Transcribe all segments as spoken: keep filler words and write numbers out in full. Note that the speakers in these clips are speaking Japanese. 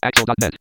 axel ドット ネット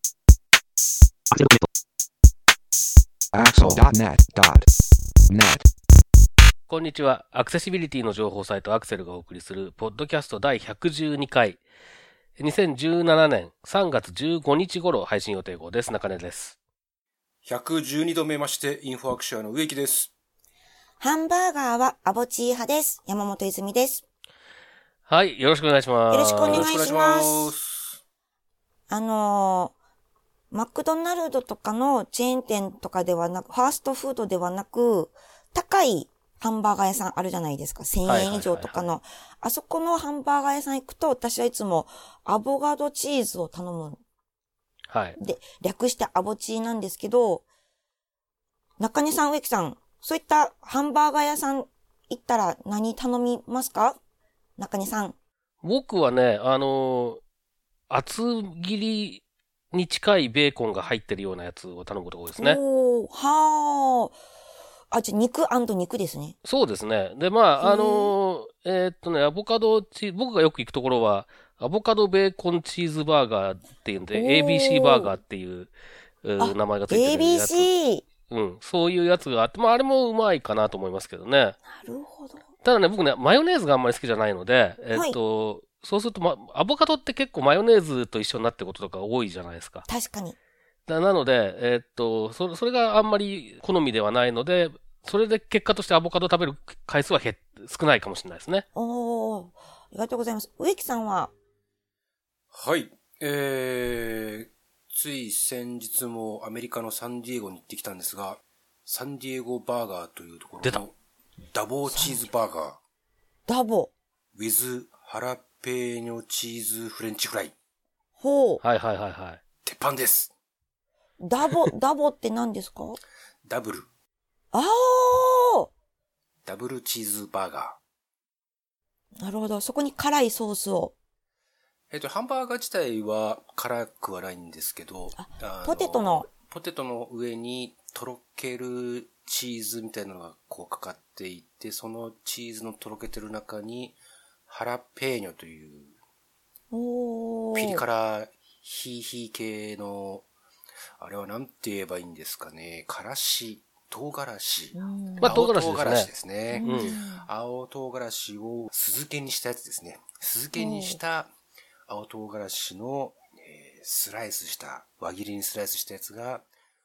アクセル ドット ネットこんにちは。アクセシビリティの情報サイトアクセルがお送りするポッドキャストだいひゃくじゅうにかい、にせんじゅうななねんさんがつじゅうごにち頃配信予定号です。中根です。 ひゃくじゅうにど目ましてインフォアクションの植木です。 ハンバーガーはアボチー派です。山本泉です。 はい、よろしくお願いします。 よろしくお願いします。 ますあのー、マクドナルドとかのチェーン店とかではなく、ファーストフードではなく、高いハンバーガー屋さんあるじゃないですか。せんえん以上とかの。はいはいはいはい、あそこのハンバーガー屋さん行くと、私はいつもアボカドチーズを頼む。 はい。 で、略してアボチーなんですけど、中根さん、植木さん、そういったハンバーガー屋さん行ったら何頼みますか？中根さん。 僕はね、あのー、厚切りに近いベーコンが入ってるようなやつを頼むことが多いですね。 おー、はー。あ、じゃあ肉&肉ですね。 そうですね。で、まあ、あのー、えー、っとね、アボカドチーズ、僕がよく行くところは、アボカドベーコンチーズバーガーっていうんで、エービーシー バーガーっていう、名前がついてるやつ。 エービーシー。 うん、そういうやつがあって、まあ、あれもうまいかなと思いますけどね。 なるほど。 ただね、僕ね、マヨネーズがあんまり好きじゃないので、えー、っと、はい、そうすると、ま、アボカドって結構マヨネーズと一緒になってることとか多いじゃないですか。 確かに。 なので、えー、っと、そ、それがあんまり好みではないので、それで結果としてアボカド食べる回数は減少ないかもしれないですね。 おー、ありがとうございます。植木さんは？ はい。えー、つい先日もアメリカのサンディエゴに行ってきたんですが、サンディエゴバーガーというところの出たダボーチーズバーガー。 ダボ。 with ハラペーニョチーズフレンチフライ。 ほう。 はいはいはいはい。 鉄板です。 ダボ、ダボって何ですか？ ダブル。 あー。 ダブルチーズバーガー。なるほど。そこに辛いソースを。 えっと、ハンバーガー自体は辛くはないんですけど、 あポテトの。 ポテトの上にとろけるチーズみたいなのがこうかかっていて、そのチーズのとろけてる中に、ハラペーニョという、 おー。 ピリ辛ヒーヒー系の、あれはなんて言えばいいんですかね、からし、唐辛子。 まあ、唐辛子ですね。 唐辛子ですね。 うん、 青唐辛子を酢漬けにしたやつですね。酢漬けにした青唐辛子の、えー、スライスした、輪切りにスライスしたやつが、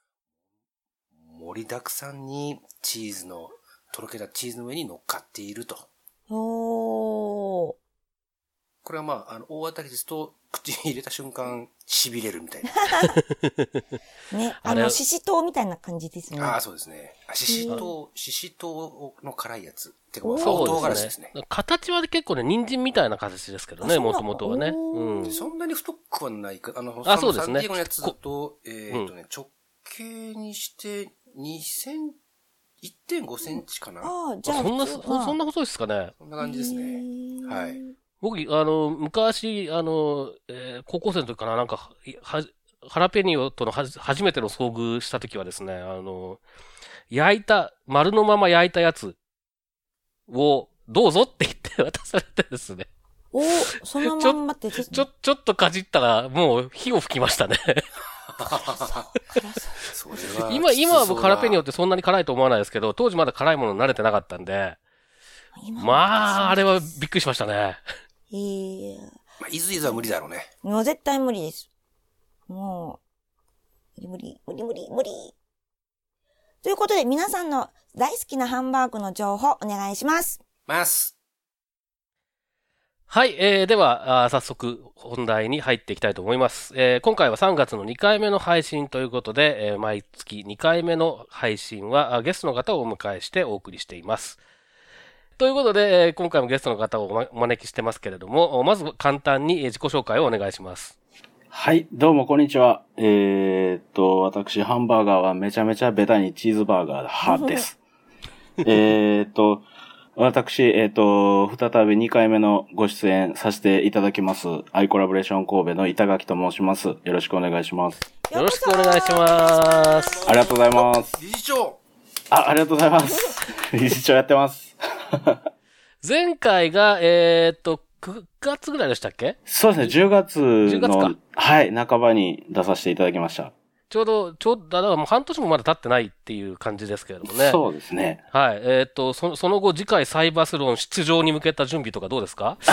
盛りだくさんにチーズの、とろけたチーズの上に乗っかっていると。 おー。 これはまあ、あの、大当たりですと、口に入れた瞬間、痺れるみたいな。 ね、あの、ししとうみたいな感じですね。 ああ、そうですね。ししとう、ししとうの辛いやつ。てか、青唐辛子ですね。 形は結構ね、人参みたいな形ですけどね、もともとはね。うん。 そんなに太くはないか、あの、 あ、そうですね。 サンディエゴのやつだと、えっとね、直径にしてにセンチ、いってんごセンチかな。 ああ、じゃあそんな、そんな細いですかね。 そんな感じですね。はい。 僕、あの、昔、あの、えー、高校生の時かな、なんか、は、ハラペニオとのは初めての遭遇した時はですね、あの、焼いた、丸のまま焼いたやつを、どうぞって言って渡されてですね。 おそのまんまってちょ、ちょ、ちょっとかじったら、もう火を吹きましたね。今、今は僕ハラペニオってそんなに辛いと思わないですけど、当時まだ辛いもの慣れてなかったんで、まあ、あれはびっくりしましたね。 ええー。 まあ、イズイズは無理だろうね。 もう絶対無理です。もう、無理、無理、無理、無理。ということで、皆さんの大好きなハンバーグの情報お願いします。 ます。 はい、えー、では、早速本題に入っていきたいと思います。えー、今回はさんがつのにかいめの配信ということで、えー、毎月にかいめの配信はゲストの方をお迎えしてお送りしています。ということで、えー、今回もゲストの方をお招きしてますけれども、まず簡単に自己紹介をお願いします。 はい、どうもこんにちは。えー、っと、私、ハンバーガーはめちゃめちゃベタにチーズバーガー派です。えーっと、私、えーっと、再びにかいめのご出演させていただきます。アイコラボレーション神戸の板垣と申します。よろしくお願いします。 よろしくお願いします。 ありがとうございます。 理事長あ、ありがとうございます。理事長やってます。 前回が、えーっと、 くがつぐらいでしたっけ？ そうですね、じゅうがつじゅうがつの、 かはい、半ばに出させていただきました。 ちょうど、ちょうど、だからもう半年もまだ経ってないっていう感じですけれどもね。 そうですね。 はい。えっ、と、そ、その後、次回サイバスロン出場に向けた準備とかどうですか？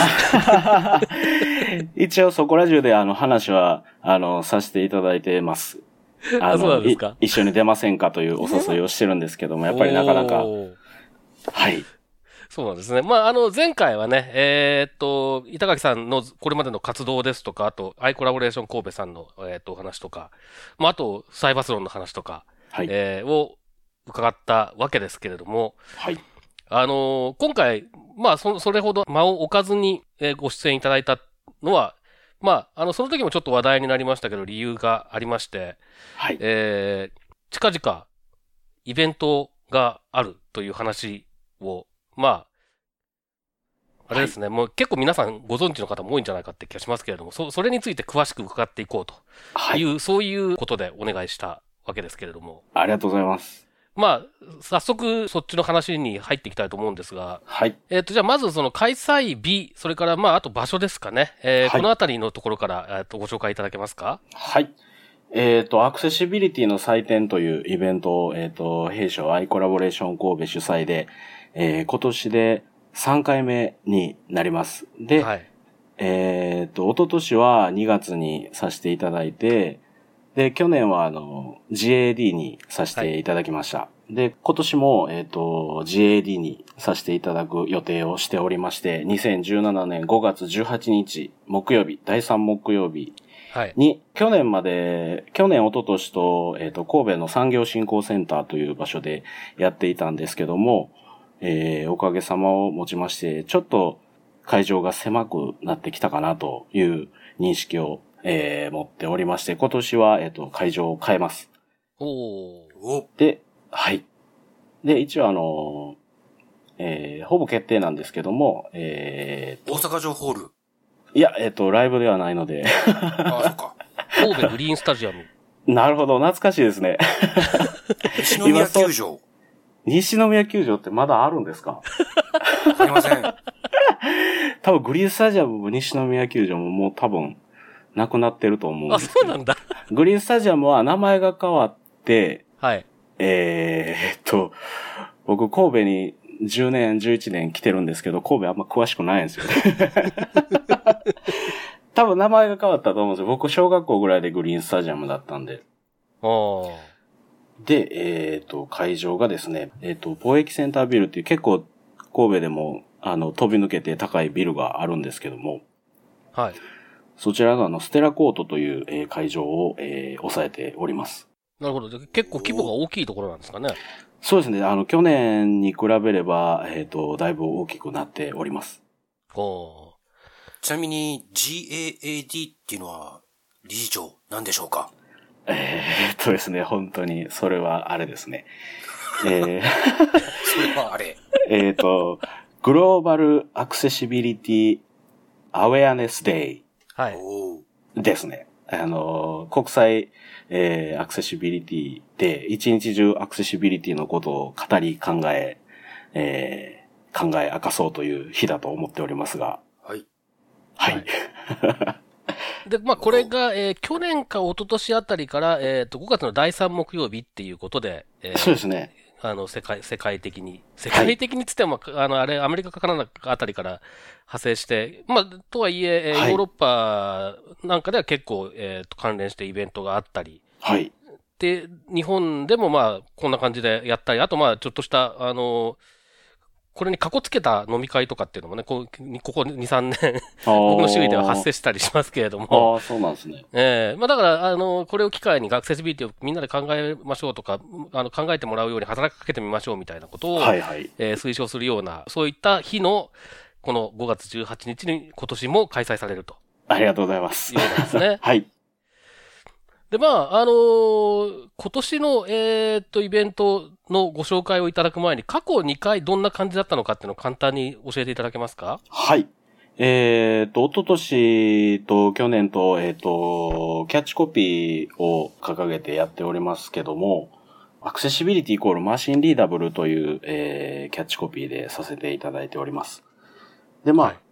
一応そこら中であの話は、あの、させていただいてます。ああ、そうなの、 んですか？ 一緒に出ませんかというお誘いをしてるんですけども、やっぱりなかなか、 おーはい。 そうなんですね。まあ、あの、前回はね、えーっと、板垣さんのこれまでの活動ですとか、あと、アイコラボレーション神戸さんの、えーっと、お話とか、まあ、あと、サイバスロンの話とか、 はい。 えーを伺ったわけですけれども、 はい。 あのー今回、まあ、そ、それほど間を置かずに、えーご出演いただいたのは、まあ、あの、その時もちょっと話題になりましたけど、理由がありまして、 はい。 えー近々、イベントがあるという話を、まあ、あれですね、もう結構皆さんご存知の方も多いんじゃないかって気がしますけれども、そ、それについて詳しく伺っていこうとはいい。 う、そういうことでお願いしたわけですけれども、 ありがとうございます。 まあ、早速そっちの話に入っていきたいと思うんですが、 はい。 えっ、と、じゃあまずその開催日、それからまあ、あと場所ですかね、えーはいこのあたりのところから、えーとご紹介いただけますか？ はい。えっ、と、アクセシビリティの祭典というイベントを、えっ、と、弊社アイコラボレーション神戸主催で、えー今年でさんかいめになります。で、 はい。 えっ、と、一昨年はにがつにさせていただいて、で、去年はあの、ジェーエーディー にさせていただきました。はい、で、今年も、えっ、と、ジェーエーディー にさせていただく予定をしておりまして、にせんじゅうななねんごがつじゅうはちにち木曜日、だいさん木曜日はい。 に、去年まで、去年、一昨年と、えっ、と、神戸の産業振興センターという場所でやっていたんですけども、えー、おかげさまをもちまして、ちょっと会場が狭くなってきたかなという認識を、えー、持っておりまして、今年は、えっ、と、会場を変えます。 おー。 お、 で、はい。で、一応あの、えー、ほぼ決定なんですけども、え大阪城ホール。 ー、いや、えっ、と、ライブではないので、 ああ、そっか。 神戸グリーンスタジアム。 なるほど、懐かしいですね。 西宮球場。 西宮球場ってまだあるんですか？ わかりません。 多分グリーンスタジアムも西宮球場ももう多分なくなってると思うんあ、 ですけど。 そうなんだ。 グリーンスタジアムは名前が変わって、 はい。 えー、っと、僕神戸にじゅうねん、じゅういちねん来てるんですけど、神戸あんま詳しくないんですよね。多分名前が変わったと思うんですよ。僕小学校ぐらいでグリーンスタジアムだったんで。 おー。 で、えっ、と、会場がですね、えっ、と、貿易センタービルっていう結構神戸でも、あの、飛び抜けて高いビルがあるんですけども、 はい。 そちらがあの、ステラコートという、えー会場を、えー抑えております。 なるほど。で結構規模が大きいところなんですかね。 そうですね、あの、去年に比べれば、えっ、と、だいぶ大きくなっております。 おー。 ちなみに ジーエーエーディー っていうのは理事長なんでしょうか？ えーっとですね、本当に、それはあれですね。えー、 それはあれ。 えーっと、グローバルアクセシビリティアウェアネスデイはい。 おーですね。あの、国際、えーアクセシビリティで、一日中アクセシビリティのことを語り、考え、えー考え明かそうという日だと思っておりますが、 はい。 はい。 はいで、まあ、これが、えー去年か一昨年あたりから、えっ、と、ごがつのだいさん木曜日っていうことで、えーそうですね。 あの、世界、世界的に、世界的につっても、あの、あれ、アメリカかカナダあたりから派生して、まあ、とはいえ、えーはいヨーロッパなんかでは結構、えっ、と、関連してイベントがあったり、 はい。 で、日本でもまあ、こんな感じでやったり、あとまあ、ちょっとした、あの、これにかこつけた飲み会とかっていうのもね、こうここに、さんねん、僕の周囲では発生したりしますけれども、 ああ、そうなんですね。 ええまあだから、あの、これを機会にアクセシビリティをみんなで考えましょうとか、あの、考えてもらうように働きかけてみましょうみたいなことを、 はいはい。 えー推奨するような、そういった日の、このごがつじゅうはちにちに今年も開催されるとありがとうございます。 いうことなんですね。 はい。 で、まあ、あのー今年の、えーっと、イベントのご紹介をいただく前に、過去にかいどんな感じだったのかっていうのを簡単に教えていただけますか？ はい。えっ、と、一昨年と去年と、えっ、と、キャッチコピーを掲げてやっておりますけども、アクセシビリティイコールマシンリーダブルという、えーキャッチコピーでさせていただいております。で、まあ、 はい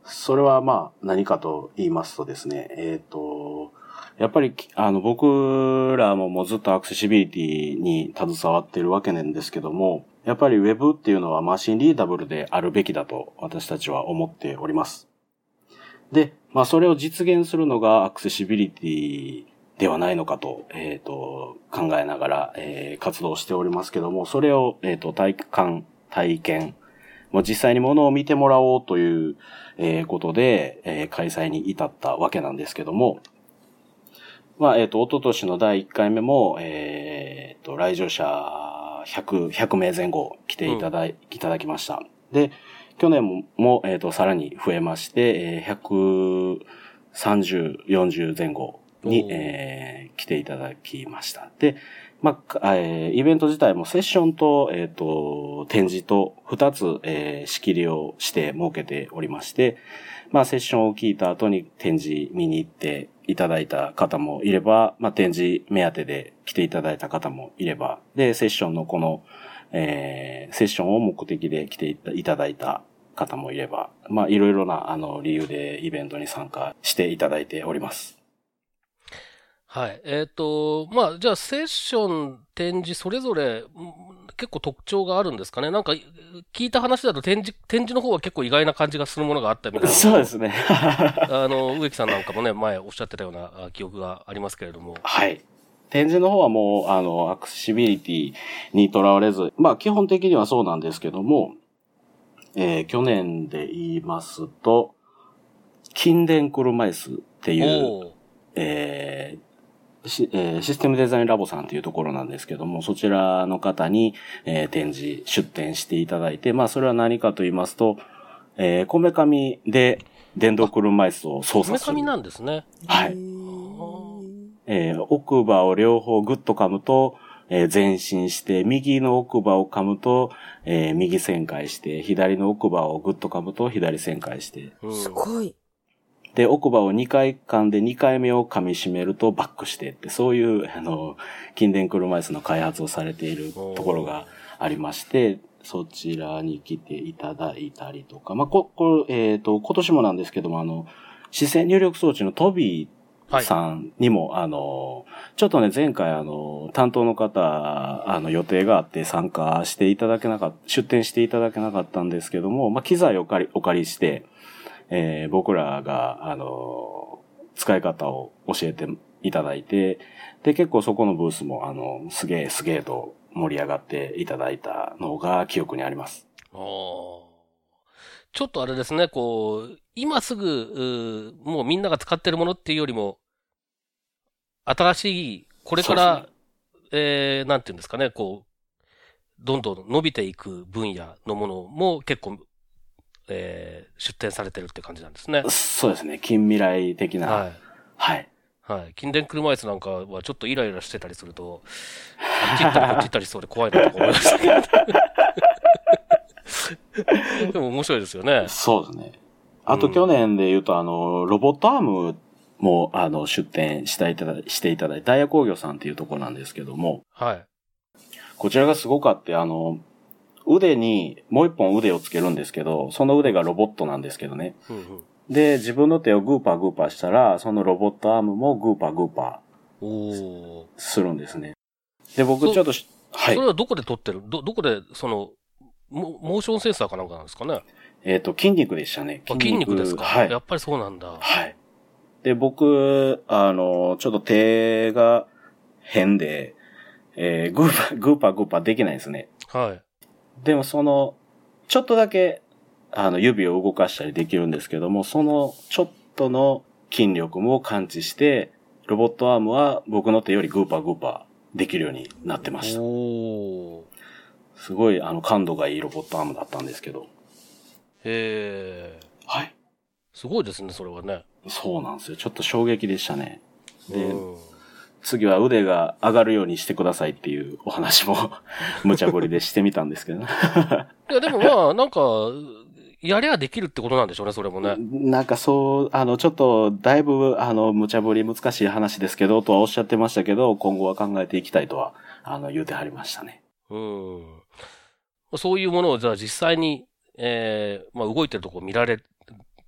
それはまあ何かと言いますとですね、えっと、やっぱりあの僕らももうずっとアクセシビリティに携わっているわけなんですけども、やっぱり Web っていうのはマシンリーダブルであるべきだと私たちは思っております。で、まあそれを実現するのがアクセシビリティではないのかと、えっと、考えながら、えー、活動しておりますけども、それを、えっと、体感、体験、もう実際にものを見てもらおうという、えー、ことで、えー、開催に至ったわけなんですけども、まあ、えっと、一昨年のだいいっかいめも、えっと、来場者ひゃく、ひゃくめいぜん後来ていただい、うん、いただきました。で、去年も、もえっと、さらに増えまして、えー、ひゃくさんじゅう、よんじゅうぜん後に、えー、来ていただきました。で、まあ、えー、イベント自体もセッションと、えっと、展示と二つ、えー、仕切りをして設けておりまして、まあ、セッションを聞いた後に展示見に行っていただいた方もいれば、まあ、展示目当てで来ていただいた方もいれば、で、セッションのこの、えー、セッションを目的で来ていただいた方もいれば、まあ、いろいろな、あの、理由でイベントに参加していただいております。 はい。えっと、まあ、じゃあ、セッション、展示、それぞれ、結構特徴があるんですかね。なんか、聞いた話だと展示、展示の方は結構意外な感じがするものがあったみたいな。 そうですね。 あの、植木さんなんかもね、前おっしゃってたような記憶がありますけれども。 はい。展示の方はもう、あの、アクセシビリティにとらわれず、まあ、基本的にはそうなんですけども、えー、去年で言いますと、筋電車椅子っていう、えーシステムデザインラボさんっていうところなんですけども、そちらの方に、えー、展示、出展していただいて、まあそれは何かと言いますと、えー、こめかみで電動車椅子を操作する。 こめかみなんですね。 はい。えー、奥歯を両方グッと噛むと、えー、前進して、右の奥歯を噛むと、えー、右旋回して、左の奥歯をグッと噛むと左旋回して。 うん、すごい。 で、奥歯をにかい噛んでにかいめを噛み締めるとバックしてって、そういう、あの、筋電車椅子の開発をされているところがありまして、そちらに来ていただいたりとか、まあ、こ、こえっと、今年もなんですけども、あの、視線入力装置のトビーさんにも、はい、あの、ちょっとね、前回あの、担当の方、あの、予定があって参加していただけなかった、出展していただけなかったんですけども、まあ、機材をお借り、お借りして、えー、僕らが、あの、使い方を教えていただいて、で、結構そこのブースも、あの、すげえすげえと盛り上がっていただいたのが記憶にあります。 ああ。ちょっとあれですね、こう、今すぐ、もうみんなが使ってるものっていうよりも、新しい、これから、ね、えー、なんていうんですかね、こう、どんどん伸びていく分野のものも結構、えー、出展されてるって感じなんですね。 そうですね。近未来的な。はい。はい。 はい。筋電車椅子なんかはちょっとイライラしてたりすると、あっち行ったりこっち行ったりしそうで怖いなとか思いましたけど。でも面白いですよね。 そうですね。あと去年で言うと、あの、ロボットアームも、あの、出展していただ、していただいて、ダイヤ工業さんっていうところなんですけども。 はい。 こちらがすごくあって、あの、腕にもう一本腕をつけるんですけど、その腕がロボットなんですけどね。うんうん、で、自分の手をグーパーグーパーしたら、そのロボットアームもグーパーグーパーするんですね。で、僕ちょっと、 はい。それはどこで撮ってるど、どこで、その、モーションセンサーかなんかなんですかね。 えっと、筋肉でしたね。 筋肉。筋肉ですか。はい。やっぱりそうなんだ。 はい。で、僕、あの、ちょっと手が変で、えー、グーパー、グーパーグーパーできないんですね。 はい。 でもその、ちょっとだけ、あの、指を動かしたりできるんですけども、そのちょっとの筋力も感知して、ロボットアームは僕の手よりグーパーグーパーできるようになってました。おー。すごい、あの、感度がいいロボットアームだったんですけど。 へー。 はい。 すごいですね、それはね。 そうなんですよ。ちょっと衝撃でしたね。で、次は腕が上がるようにしてくださいっていうお話も無茶ぶりでしてみたんですけどね。 いや、でもまあ、なんか、やりゃできるってことなんでしょうね、それもね。 なんかそう、あの、ちょっと、だいぶ、あの、無茶ぶり難しい話ですけど、とはおっしゃってましたけど、今後は考えていきたいとは、あの、言うてはりましたね。 うん。そういうものを、じゃあ実際に、えー、まあ動いてるところ見られたっ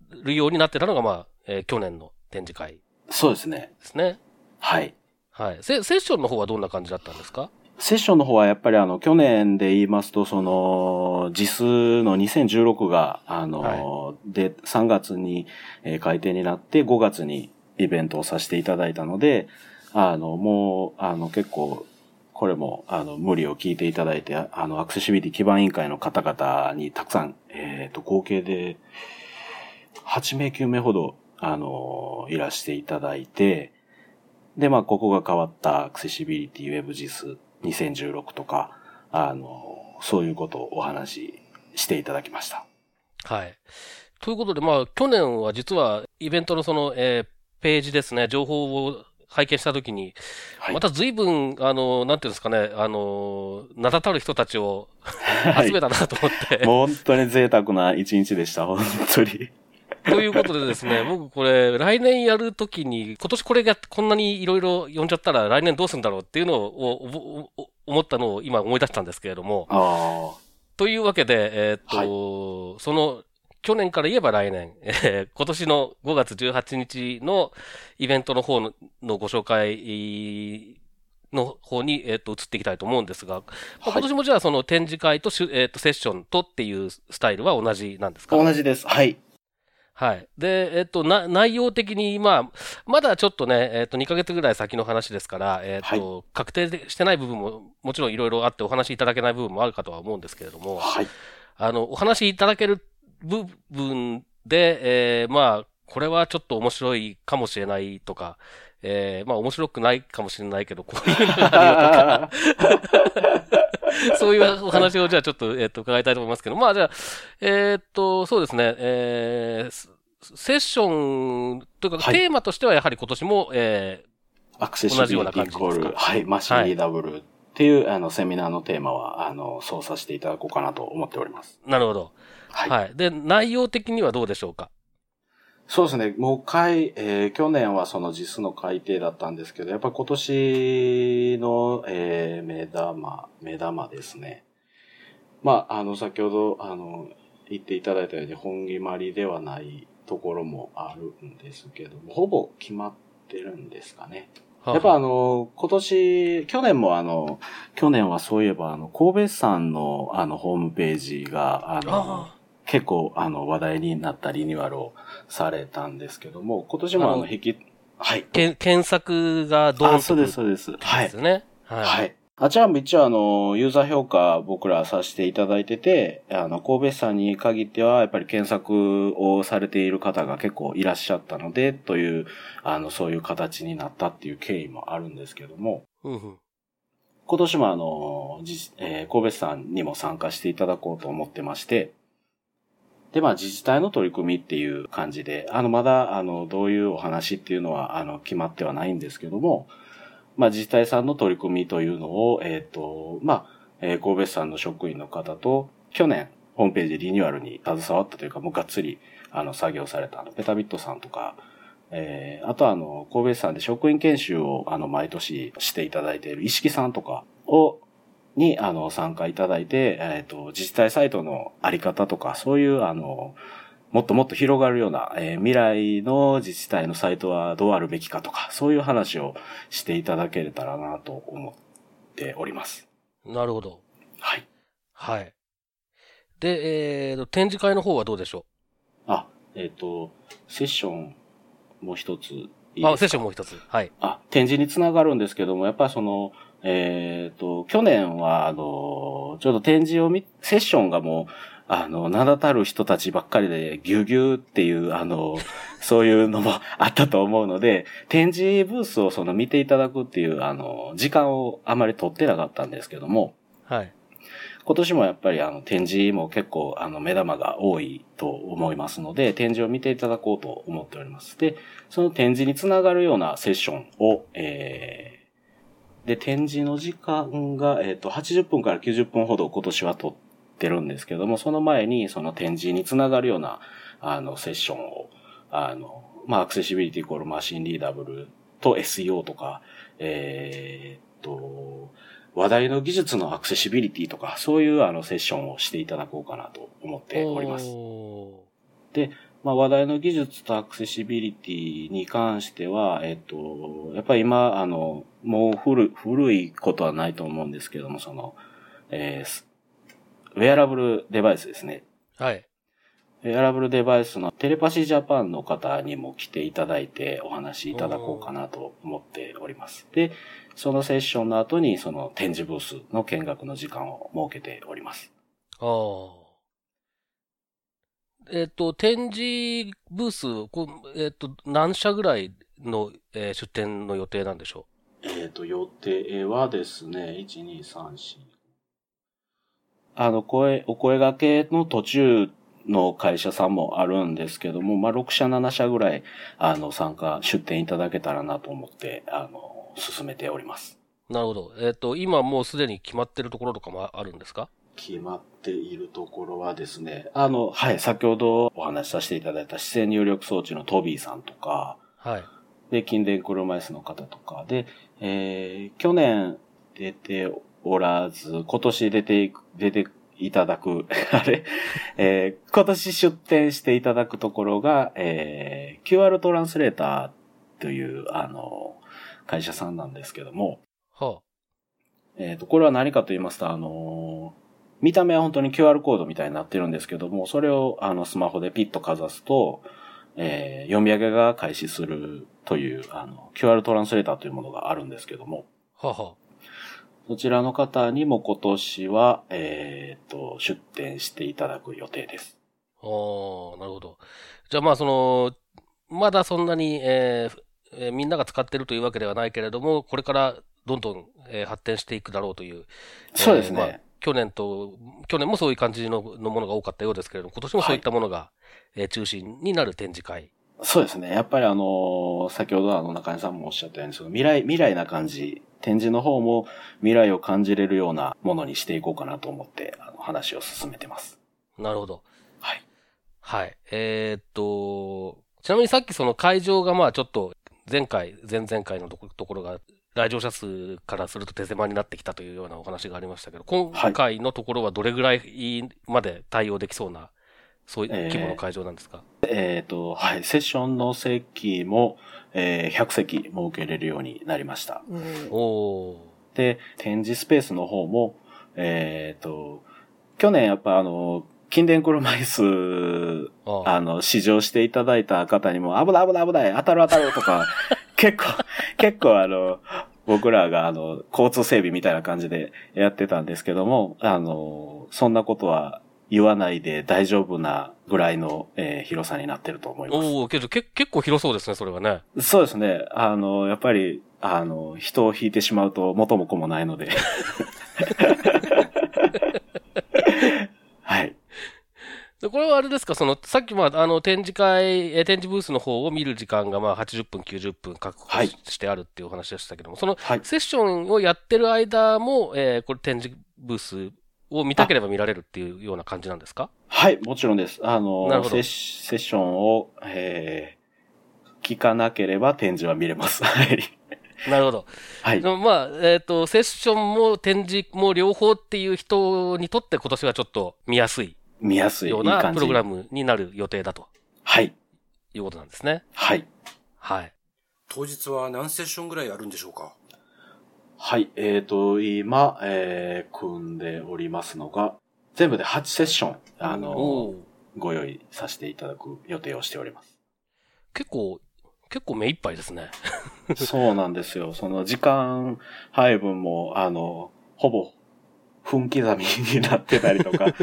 るようになってたのが、まあ、えー去年の展示会そうですね。 ですね。 はい。 はい。セセッションの方はどんな感じだったんですか？ セッションの方はやっぱりあの、去年で言いますと、その、ジスのにせんじゅうろくが、あの、 はで、さんがつに、えー開店になって、ごがつにイベントをさせていただいたので、あの、もう、あの、結構、これも、あの、無理を聞いていただいて、あの、アクセシビリティ基盤委員会の方々にたくさん、えっと、合計で、はちめいきゅうめいほど、あの、いらしていただいて、で、まあ、ここが変わったアクセシビリティウェブジスにせんじゅうろくとか、あの、そういうことをお話ししていただきました。 はい。ということで、まあ、去年は実はイベントのその、えーページですね、情報を拝見したときに、 はい。 また随分、あの、なんていうんですかね、あの、名だたる人たちをはい集めたなと思って。 もう本当に贅沢な一日でした、本当に。 ということでですね、僕これ、来年やるときに、今年これがこんなにいろいろ呼んじゃったら来年どうするんだろうっていうのをおお思ったのを今思い出したんですけれども、 あというわけで、えーっと、その、去年から言えば来年、えー今年のごがつじゅうはちにちのイベントの方ののご紹介の方に、えーっと、移っていきたいと思うんですが、まあ今年もじゃあその展示会としゅ、えーっと、セッションとっていうスタイルは同じなんですあ。 か？ 同じです。はい。 はい。で、えっと、な、内容的に、まあ、まだちょっとね、えっと、にかげつぐらい先の話ですから、えっと、確定してない部分も、もちろんいろいろあってお話しいただけない部分もあるかとは思うんですけれども、 はい。 あの、お話しいただける部分で、えーまあ、これはちょっと面白いかもしれないとか、えーまあ、面白くないかもしれないけど、こういうのがあるよとか、そういうお話をじゃあちょっと、えっと、伺いたいと思いますけど、まあじゃあ、えーっと、そうですね、えーセセッションというか、 はいテーマとしてはやはり今年も、えアクセシビリティイコール、はい、マシンリーダブルっていう、あの、セミナーのテーマは、あの、そうさせていただこうかなと思っております。 ーなるほど。 はい。 はい。で、内容的にはどうでしょうか？ そうですね。もう改、えー去年はそのジスの改定だったんですけど、やっぱり今年の、えー目玉、目玉ですね。まあ、あの、先ほど、あの、言っていただいたように本決まりではないところもあるんですけども、ほぼ決まってるんですかね。やっぱあの、今年、去年もあの、去年はそういえばあの、神戸さんのあの、ホームページが、あの、 あ結構あの、話題になったリニューアルをされたんですけども、今年もあの、 あの引き、はい。 け検索がどうあ、そうです、そうです。はいです。ね。はい。 はい。あちらも一応あの、ユーザー評価僕らさせていただいてて、あの、神戸さんに限っては、やっぱり検索をされている方が結構いらっしゃったので、という、あの、そういう形になったっていう経緯もあるんですけども、 うんうん今年もあの、じえー神戸さんにも参加していただこうと思ってまして、で、まあ自治体の取り組みっていう感じで、あの、まだ、あの、どういうお話っていうのは、あの、決まってはないんですけども、まあ自治体さんの取り組みというのを、えっと、まあ、えー神戸市さんの職員の方と、去年、ホームページリニューアルに携わったというか、もうがっつり、あの、作業された、あの、ペタビットさんとか、えー、あとはあの、神戸市さんで職員研修を、あの、毎年していただいている石木さんとかを、に、あの、参加いただいて、えっと、自治体サイトのあり方とか、そういう、あの、もっともっと広がるような、えー未来の自治体のサイトはどうあるべきかとか、そういう話をしていただけれたらなと思っております。 なるほど。 はい。 はい。で、えーと、展示会の方はどうでしょあ、えっ、と、セッションもう一ついいですう？ か？ あ、セッションもう一つ。はい。 あ、展示につながるんですけども、やっぱりその、えっ、と、去年は、あの、ちょうど展示を見、セッションがもう、あの、名だたる人たちばっかりで、ぎゅうぎゅうっていう、あの、そういうのもあったと思うので、展示ブースをその見ていただくっていう、あの、時間をあまり取ってなかったんですけども、 はい。 今年もやっぱりあの展示も結構あの目玉が多いと思いますので、展示を見ていただこうと思っております。で、その展示につながるようなセッションを、えー、で、展示の時間が、えっと、はちじゅっぷんからきゅうじゅっぷんほど今年は取ってるんですけども、その前にその展示につながるような、あの、セッションを、あの、まあ、アクセシビリティイコールマシンリーダブルと エスイーオー とか、えーっと、話題の技術のアクセシビリティとか、そういうあのセッションをしていただこうかなと思っております。 おで、 まあ話題の技術とアクセシビリティに関しては、えっと、やっぱり今、あの、もう古、古いことはないと思うんですけども、その、えー、ウェアラブルデバイスですね。 はい。 ウェアラブルデバイスのテレパシージャパンの方にも来ていただいてお話しいただこうかなと思っております。で、そのセッションの後にその展示ブースの見学の時間を設けております。 ああ。えっ、と、展示ブース、こうえっ、と、何社ぐらいの、えー出展の予定なんでしょえっと、予定はですね、いち、に、さん、よん。あの、声、お声掛けの途中の会社さんもあるんですけども、まあ、ろく社、なな社ぐらい、あの、参加、出展いただけたらなと思って、あの、進めております。 う？なるほど。えっ、と、今もうすでに決まってるところとかもあるんですか？ 決まっているところはですね、あの、はい、先ほどお話しさせていただいた姿勢入力装置のトビーさんとか、 はい。 で、筋電車椅子の方とか、で、えー、去年出ておらず、今年出ていく、出ていただく、あれ、えー、今年出展していただくところが、えー、キューアール トランスレーターという、あの、会社さんなんですけども、 はえっと、これは何かと言いますと、あの、見た目は本当に キューアール コードみたいになってるんですけども、それをあのスマホでピッとかざすと、えー、読み上げが開始するという、あの、キューアール トランスレーターというものがあるんですけども、 あ。はあ、はあ。 そちらの方にも今年は、えっと、出展していただく予定です。 ああ、なるほど。じゃあまあその、まだそんなに、えーえーみんなが使ってるというわけではないけれども、これからどんどん、えー発展していくだろうという。 そうですね。 えーまあ去年と、去年もそういう感じののものが多かったようですけれども、今年もそういったものが、えー中心になる展示会。 そうですね。やっぱりあの、先ほどあの中根さんもおっしゃったように、その未来、未来な感じ、展示の方も未来を感じれるようなものにしていこうかなと思って、あの話を進めてます。 なるほど。 はい。 はい。えーっと、ちなみにさっきその会場がまあちょっと前回、前々回のとこところが来場者数からすると手狭になってきたというようなお話がありましたけど、今回のところはどれぐらいまで対応できそうな、そういう規模の会場なんですか？ えっと、はい。セッションの席も、えー、ひゃく席設けれるようになりました。 おー。 で、展示スペースの方も、えっと、去年やっぱあの、筋電車椅子、 ああの、試乗していただいた方にも、危ない危ない危ない、当たる当たるとか、結構、結構あの、僕らがあの、交通整備みたいな感じでやってたんですけども、あの、そんなことは言わないで大丈夫なぐらいの、えー広さになってると思います。 おー、けどけ結構広そうですね、それはね。 そうですね。あの、やっぱり、あの、人を引いてしまうと元も子もないので。はい。 でこれはあれですか、その、さっきまあ、あの、展示会、えー展示ブースの方を見る時間がまあ、はちじゅっぷん、きゅうじゅっぷん確保はいしてあるっていうお話でしたけども、その、 はい。 セッションをやってる間も、えーこれ展示ブースを見たければ見られるっていうような感じなんですか？ はい、もちろんです。あのなるほどセッシ、セッションを、えー、聞かなければ展示は見れます。はい。 なるほど。 はいで。もまあ、えっ、と、セッションも展示も両方っていう人にとって今年はちょっと見やすい見やすい、いよいう感じ。 なプログラムになる予定だとはい。 いうことなんですね。 はい。 はい。 当日は何セッションぐらいあるんでしょうか？ はい。えっ、と、今、えー、組んでおりますのが、全部ではちセッション、あのおーご用意させていただく予定をしております。 結構、結構目いっぱいですね。 そうなんですよ。その時間配分も、あの、ほぼ分刻みになってたりとか。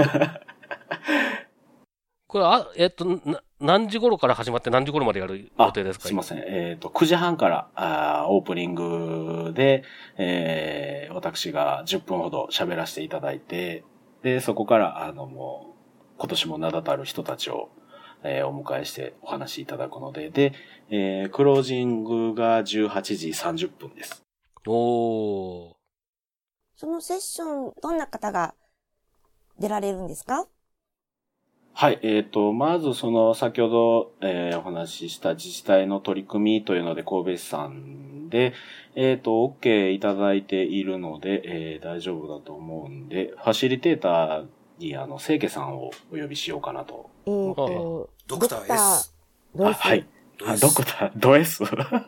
これ、あ、えっ、と、な、何時頃から始まって何時頃までやる予定ですか？ すいません。えっ、と、くじはんからあーオープニングで、えー、私がじゅっぷんほど喋らせていただいて、で、そこから、あの、もう、今年も名だたる人たちを、えーお迎えしてお話しいただくので、で、えー、クロージングがじゅうはちじさんじゅっぷんです。 おー。 そのセッション、どんな方が出られるんですか？ はい。えっ、と、まずその、先ほど、えーお話しした自治体の取り組みというので、神戸市さんで、えっ、と、OK いただいているので、えー大丈夫だと思うんで、ファシリテーターに、あの、清家さんをお呼びしようかなとえーと、 ドクター S。 ドクター S。 はい。 ド S ドクター、ド S。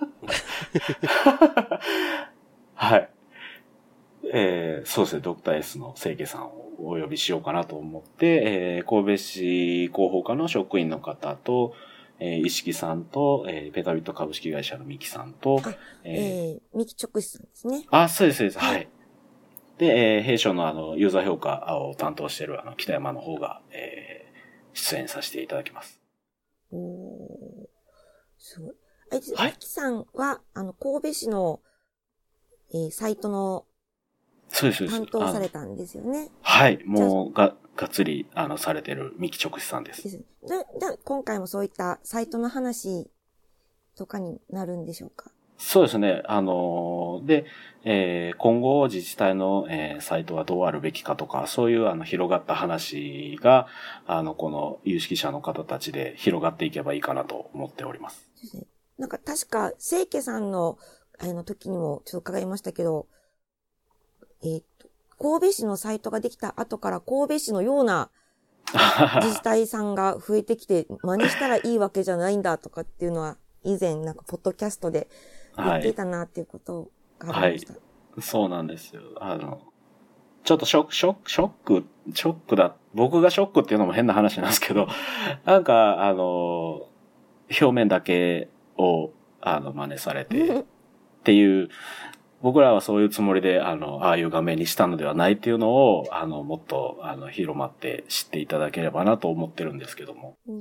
はい。えー、そうですね、ドクター S の清家さんをお呼びしようかなと思って、えー、神戸市広報課の職員の方と、えー、石木さんと、えー、ペタビット株式会社の三木さんと、 えー、えー、三木直司さんですね。 あ、そうです、そうです。はい。で、えー、弊社のあの、ユーザー評価を担当しているあの、北山の方が、えー、出演させていただきます。 おー、すごい。あ、 はい三木さんは、あの、神戸市の、えー、サイトのそうです、そうです。 担当されたんですよね。 はい。もう、が、がっつり、あの、されてる三木直司さんです。 です。で、で、今回もそういったサイトの話とかになるんでしょうか？ そうですね。あの、で、えー、今後自治体の、えー、サイトはどうあるべきかとか、そういうあの広がった話が、あの、この有識者の方たちで広がっていけばいいかなと思っております。 ですね。なんか確か、清家さんの、あの時にもちょっと伺いましたけど、えー、っと、神戸市のサイトができた後から神戸市のような自治体さんが増えてきて、真似したらいいわけじゃないんだとかっていうのは、以前なんかポッドキャストで言っていたなっていうことがありました。 はい、そうなんですよ。あの、ちょっとショック、ショック、ショック、ショックだ。僕がショックっていうのも変な話なんですけど、なんか、あの、表面だけを、あの、真似されて、っていう、僕らはそういうつもりで、あの、ああいう画面にしたのではないっていうのを、あの、もっと、あの、広まって知っていただければなと思ってるんですけども。 うん、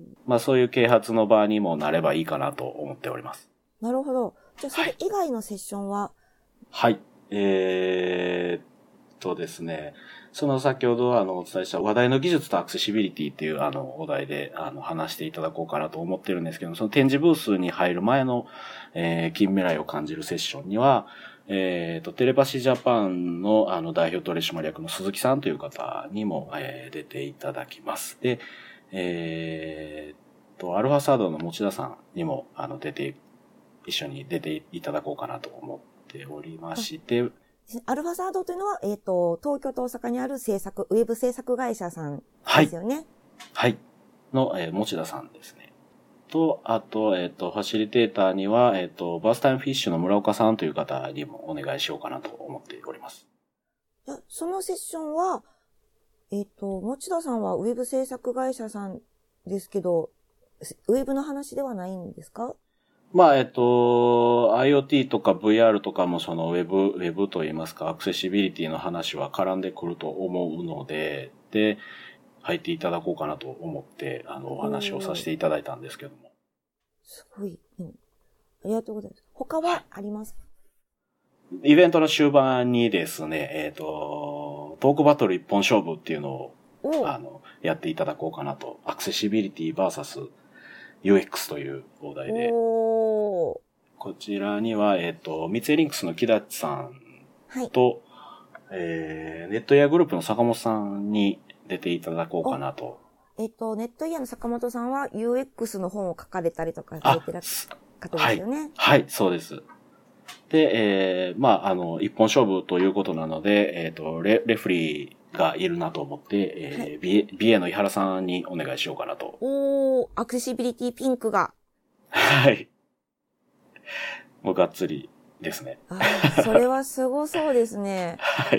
まあ、そういう啓発の場にもなればいいかなと思っております。 なるほど。じゃあ、それ以外のセッションは、 はい。えー、っとですね、その先ほどあのお伝えした話題の技術とアクセシビリティっていうあのお題であの話していただこうかなと思ってるんですけど、その展示ブースに入る前の、えー、近未来を感じるセッションには、えー、と、テレパシージャパンのあの代表取締役の鈴木さんという方にも、えー、出ていただきます。で、えー、と、アルファサードの持田さんにもあの出て、一緒に出ていただこうかなと思っておりまして、 アルファサードというのは、えっ、ー、と、東京と大阪にある制作、ウェブ制作会社さんですよね。 はい。はい。の、えー、持田さんですね。と、あと、えっ、ー、と、ファシリテーターには、えっ、ー、と、バースタイムフィッシュの村岡さんという方にもお願いしようかなと思っております。 いや、そのセッションは、えっ、ー、と、持田さんはウェブ制作会社さんですけど、ウェブの話ではないんですか？ まあ、えっと、IoT とか ブイアール とかもそのウェブ、ウェブといいますか、アクセシビリティの話は絡んでくると思うので、で、入っていただこうかなと思って、あの、お話をさせていただいたんですけども。 すごい。うん、ありがとうございます。他はありますか？ イベントの終盤にですね、えっと、トークバトル一本勝負っていうのを、あの、やっていただこうかなと。アクセシビリティ ブイエスユーエックス というお題で。こちらには、えっと、三井リンクスの木立さんと、はい、えー、ネットエアグループの坂本さんに出ていただこうかなと。 えっと、ネットエアの坂本さんは ユーエックス の本を書かれたりとかされてる方ですよね。 はい、はい、そうです。で、えー、まあ、あの、一本勝負ということなので、えっと、レ、レフリー、がいるなと思って、えーはい、ビーエー の井原さんにお願いしようかなと。 おー、アクセシビリティピンクが。 はい。もうがっつりですね。 ああ、それはすごそうですね。 はい。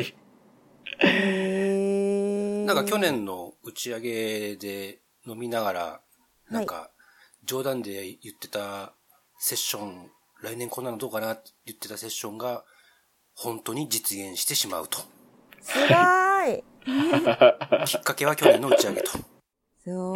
へー。 なんか去年の打ち上げで飲みながら、なんか冗談で言ってたセッション、来年こんなのどうかなって言ってたセッションが本当に実現してしまうと。 すごーい。 きっかけは去年の打ち上げと。 そう。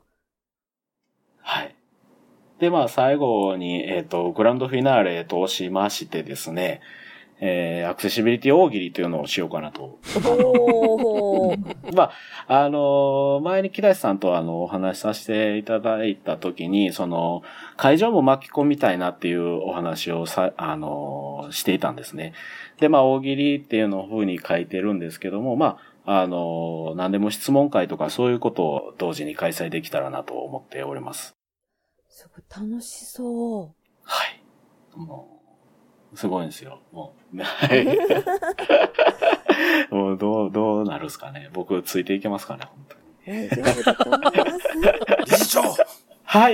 はい。で、まあ、最後に、えっと、グランドフィナーレとしましてですね、えー、アクセシビリティ大喜利というのをしようかなと。 おー。 まあ、あの、前に木梨さんとあの、お話しさせていただいたときに、その、会場も巻き込みたいなっていうお話をさ、あの、していたんですね。で、まあ、大喜利っていうのを風に書いてるんですけども、まあ、あの、何でも質問会とかそういうことを同時に開催できたらなと思っております。 すごい楽しそう。 はい。もうすごいんですよ。もう、はい。もうどう、どうなるんすかね。僕ついていけますかね、本当に。 大丈夫だと思います。 理事長はい。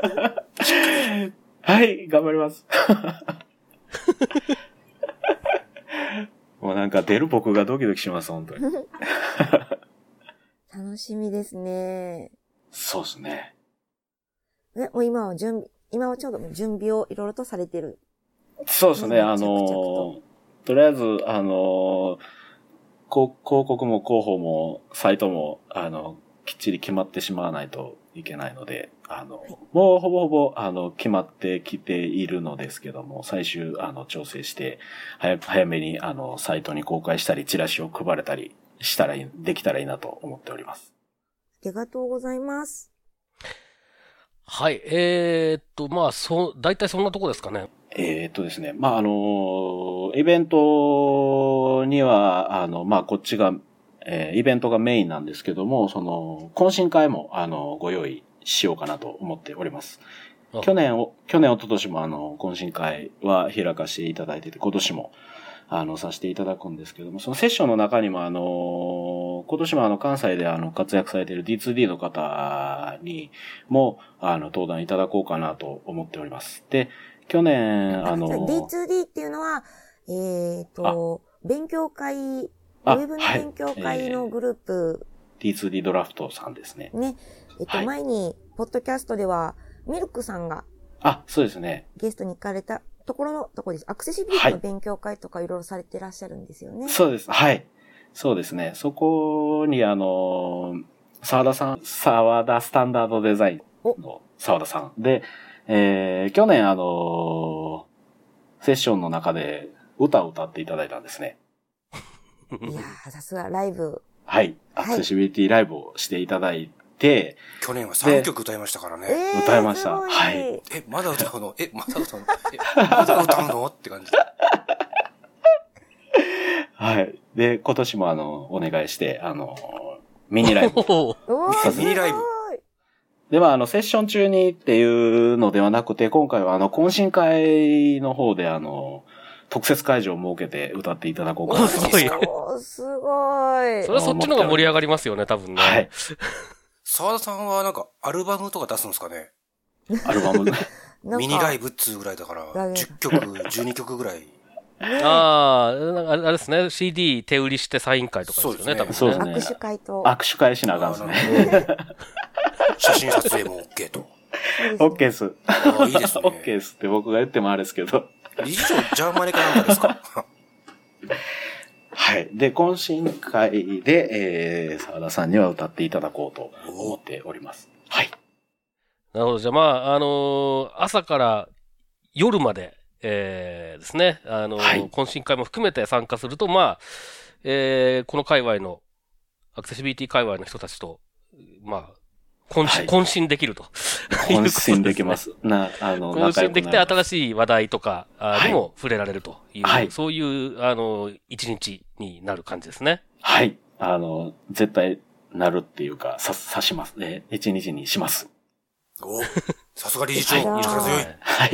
はい、頑張ります。もうなんか出る僕がドキドキします、本当に。 楽しみですね。 そうですね。 ね、もう今は準備、今はちょうど準備をいろいろとされてる。 そうですね、あの着々ととりあえず、あのこ広告も広報もサイトも、あの、きっちり決まってしまわないといけないので、あの、もうほぼほぼ、あの、決まってきているのですけども、最終、あの、調整して、早、早めに、あの、サイトに公開したり、チラシを配れたりしたらいい、できたらいいなと思っております。 ありがとうございます。 はい。えー、っと、まあ、そう、大体そんなとこですかね。 えー、っとですね、まあ、あの、イベントには、あの、まあ、こっちが、えー、イベントがメインなんですけども、その、懇親会も、あの、ご用意しようかなと思っております。去年を、去年、一昨年も、あの、懇親会は開かせていただいてて、今年も、あの、させていただくんですけども、そのセッションの中にも、あの、今年もあの、関西であの、活躍されている ディーツーディー の方にも、あの、登壇いただこうかなと思っております。で、去年、あの、 ディーツーディー っていうのは、えっと、勉強会、ウェブの勉強会のグループ、 ディーツーディー ドラフトさんですね。 ね。えっと、はい、前に、ポッドキャストでは、ミルクさんが、 あ、そうですね。 ゲストに行かれたところのところです。アクセシビリティの勉強会とかいろいろされていらっしゃるんですよね。はい、 そうです。はい。そうですね。そこに、あの、沢田さん、沢田スタンダードデザインの沢田さんで、えー、去年、あの、セッションの中で歌を歌っていただいたんですね。 いやー、さすがライブ。 はい。アクセシビリティライブをしていただいて、 去年はさんきょく歌いましたからね。 えー、 歌いました。 はい。 え、まだ歌うのえ、まだ歌うのえ、まだ歌うのって感じで。 はい。で、今年もあの、お願いして、あの、ミニライブ。 ミニライブ。 では、あの、セッション中にっていうのではなくて、今回はあの、懇親会の方であの、特設会場を設けて歌っていただこうかなと。 すごい。 すごい。 それはそっちの方が盛り上がりますよね、多分ね。 はい。 沢田さんはなんか、アルバムとか出すんですかね？ アルバムミニライブっつうぐらいだから、じゅっきょく、じゅうにきょくぐらい。 ああ、あれですね。シーディー 手売りしてサイン会とかですよね、多分ね。 そうですね。 握手会と。 握手会しなあかんですね。 写真撮影も OK と。 OK です。 ああ、いいですね。 OK ですって僕が言ってもあれですけど。 理事長、ジャーマネかなんかですか？ はい。で、懇親会で、えー、沢田さんには歌っていただこうと思っております。はい。 なるほど。じゃあ、まあ、あのー、朝から夜まで、えー、ですね、あのーはい、懇親会も含めて参加すると、まあ、えー、この界隈の、アクセシビリティ界隈の人たちと、まあ、懇親、はい、懇親できると。 懇親できます。な、あの、 懇親できて新しい話題とかにも触れられるという、 はい、 そういう、あの、一日になる感じですね。 はい。あの、絶対なるっていうか、さ、さしますね。一日にします。 お、さすが理事長、力強い。 はい。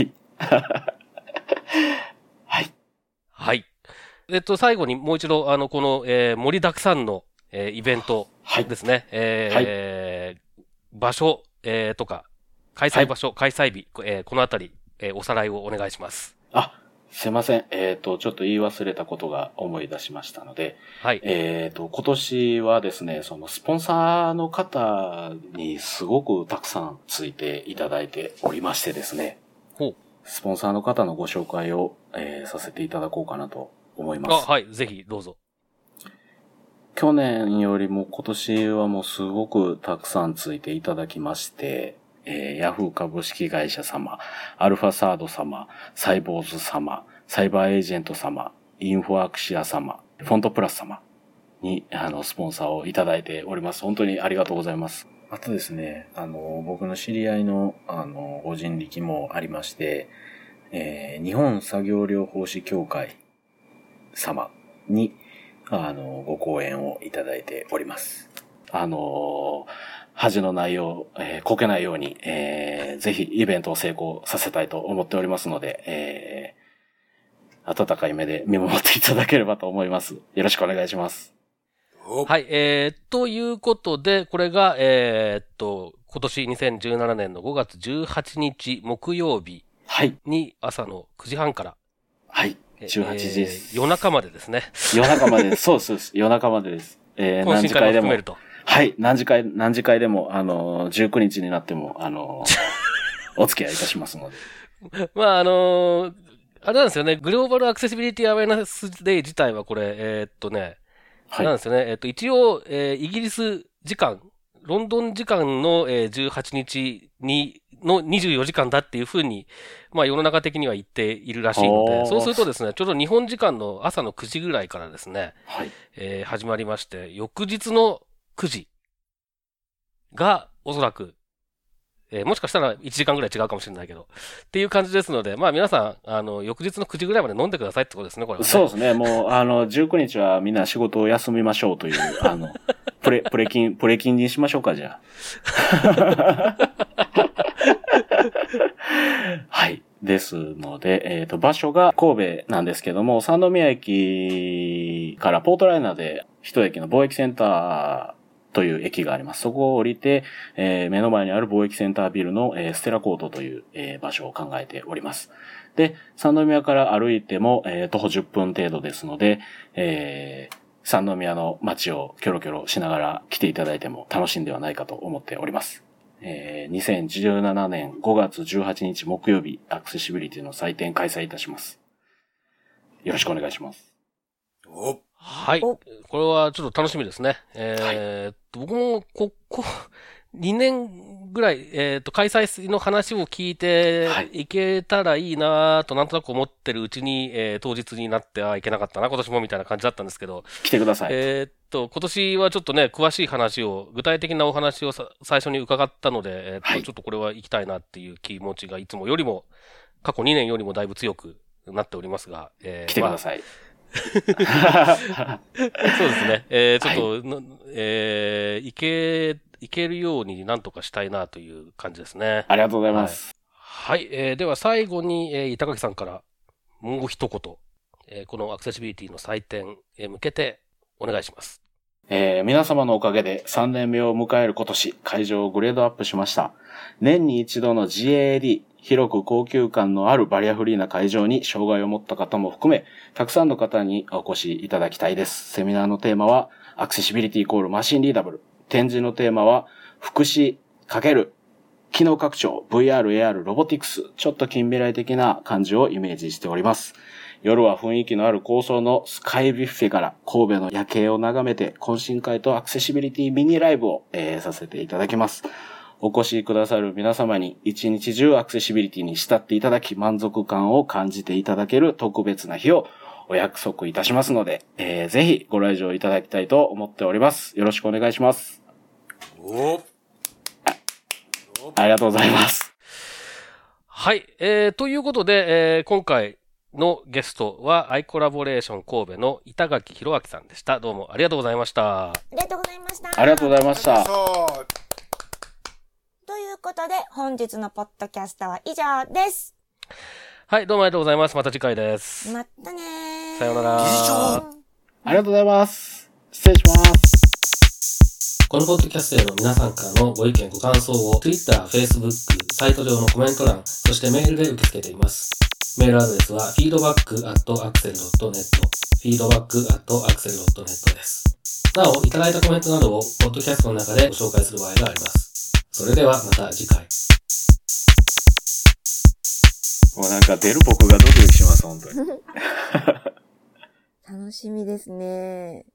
はい。 はい。えっと、最後にもう一度、あの、この、えー、盛りだくさんの、えー、イベントですね。はい、えー、はい場所、えー、とか、開催場所、はい、開催日、えー、このあたり、えー、おさらいをお願いします。 あ、すいません。えっと、ちょっと言い忘れたことが思い出しましたので、 はい。 えっと、今年はですね、そのスポンサーの方にすごくたくさんついていただいておりましてですね、 ほう。 スポンサーの方のご紹介を、えー、させていただこうかなと思います。 あ、はい。ぜひ、どうぞ。 去年よりも今年はもうすごくたくさんついていただきまして、えー、ヤフー株式会社様、アルファサード様、サイボーズ様、サイバーエージェント様、インフォアクシア様、フォントプラス様に、あの、スポンサーをいただいております。本当にありがとうございます。あとですね、あの、僕の知り合いの、あの、ご人力もありまして、えー、日本作業療法士協会様に、あの、ご講演をいただいております。あの、恥のないよう、えー、こけないように、えー、ぜひイベントを成功させたいと思っておりますので、えー、温かい目で見守っていただければと思います。よろしくお願いします。 おはい、えー、ということで、これが、えー、っと、今年にせんじゅうななねんのごがつじゅうはちにち木曜日に朝のくじはんから。 はい。じゅうはちじです。 えー、夜中までですね。 夜中までです。そうです。夜中までです。えー、何時会でも。はい。何時会、何時会でも、あのー、じゅうくにちになっても、あのー、お付き合いいたしますので。まあ、あのー、あれなんですよね。グローバルアクセシビリティアウェイナスデー自体はこれ、えー、っとね、はい、なんですよね。えー、っと、一応、えー、イギリス時間、ロンドン時間の、えー、じゅうはちにちに、のにじゅうよじかんだっていうふうに、まあ世の中的には言っているらしいので、そうするとですね、ちょうど日本時間の朝のくじぐらいからですね、はい、えー、始まりまして、翌日のくじがおそらく、えー、もしかしたらいちじかんぐらい違うかもしれないけど、っていう感じですので、まあ皆さん、あの、翌日のくじぐらいまで飲んでくださいってことですね、これは、ね。 そうですね、もう、あの、じゅうくにちはみんな仕事を休みましょうという、あの、プレ、プレキン、プレキンにしましょうか、じゃあ。はい。ですので、えっと、場所が神戸なんですけども、三宮駅からポートライナーで一駅の貿易センターという駅があります。そこを降りて、えー、目の前にある貿易センタービルの、えー、ステラコートという、えー、場所を考えております。で、三宮から歩いても、えー、徒歩じゅっぷん程度ですので、えー、三宮の街をキョロキョロしながら来ていただいても楽しいんではないかと思っております。えー、にせんじゅうななねんごがつじゅうはちにち木曜日、アクセシビリティの祭典開催いたします。よろしくお願いします。 おはい。これはちょっと楽しみですね。えーはい、僕もここにねんぐらい、えっと、開催の話を聞いていけたらいいなとなんとなく思ってるうちに、えー、当日になってあいけなかったな、今年もみたいな感じだったんですけど。 来てください。 えー、っと、今年はちょっとね、詳しい話を、具体的なお話をさ最初に伺ったので、えー、っと、はい、ちょっとこれは行きたいなっていう気持ちがいつもよりも、過去にねんよりもだいぶ強くなっておりますが、 えー、来てください。 まあ、そうですね。えー、ちょっと、はい、えー、行け、いけるようになんとかしたいなという感じですね。 ありがとうございます。 はい。はい、えー、では最後に、えー、板垣さんからもう一言、えー、このアクセシビリティの祭典へ向けてお願いします。 えー、皆様のおかげでさんねんめを迎える今年、会場をグレードアップしました。年に一度の ジーエーディー、広く高級感のあるバリアフリーな会場に障害を持った方も含め、たくさんの方にお越しいただきたいです。セミナーのテーマは、アクセシビリティイコールマシンリーダブル。展示のテーマは、福祉×機能拡張、ブイアール、エーアール、ロボティクス。ちょっと近未来的な感じをイメージしております。夜は雰囲気のある高層のスカイビュッフェから神戸の夜景を眺めて懇親会とアクセシビリティミニライブを、えー、させていただきます。お越しくださる皆様に一日中アクセシビリティに浸っていただき満足感を感じていただける特別な日をお約束いたしますので、えー、ぜひご来場いただきたいと思っております。よろしくお願いします。 おー。 ありがとうございます。 はい、えー、ということで、えー、今回のゲストはアイコラボレーション神戸の板垣弘明さんでした。どうもありがとうございました。 ありがとうございました。 ありがとうございました。 ということで本日のポッドキャストは以上です。 はい、どうもありがとうございます。また次回です。 またねー。 さようなら。 ありがとうございます。失礼します。 このポッドキャストへの皆さんからのご意見ご感想を Twitter、Facebook、サイト上のコメント欄、そしてメールで受け付けています。メールアドレスは フィードバックアットアクセルドットネット フィードバックアットアクセルドットネット です。なお、いただいたコメントなどをポッドキャストの中でご紹介する場合があります。それではまた次回。 もうなんか出る僕がドキドキします、本当に。 楽しみですね。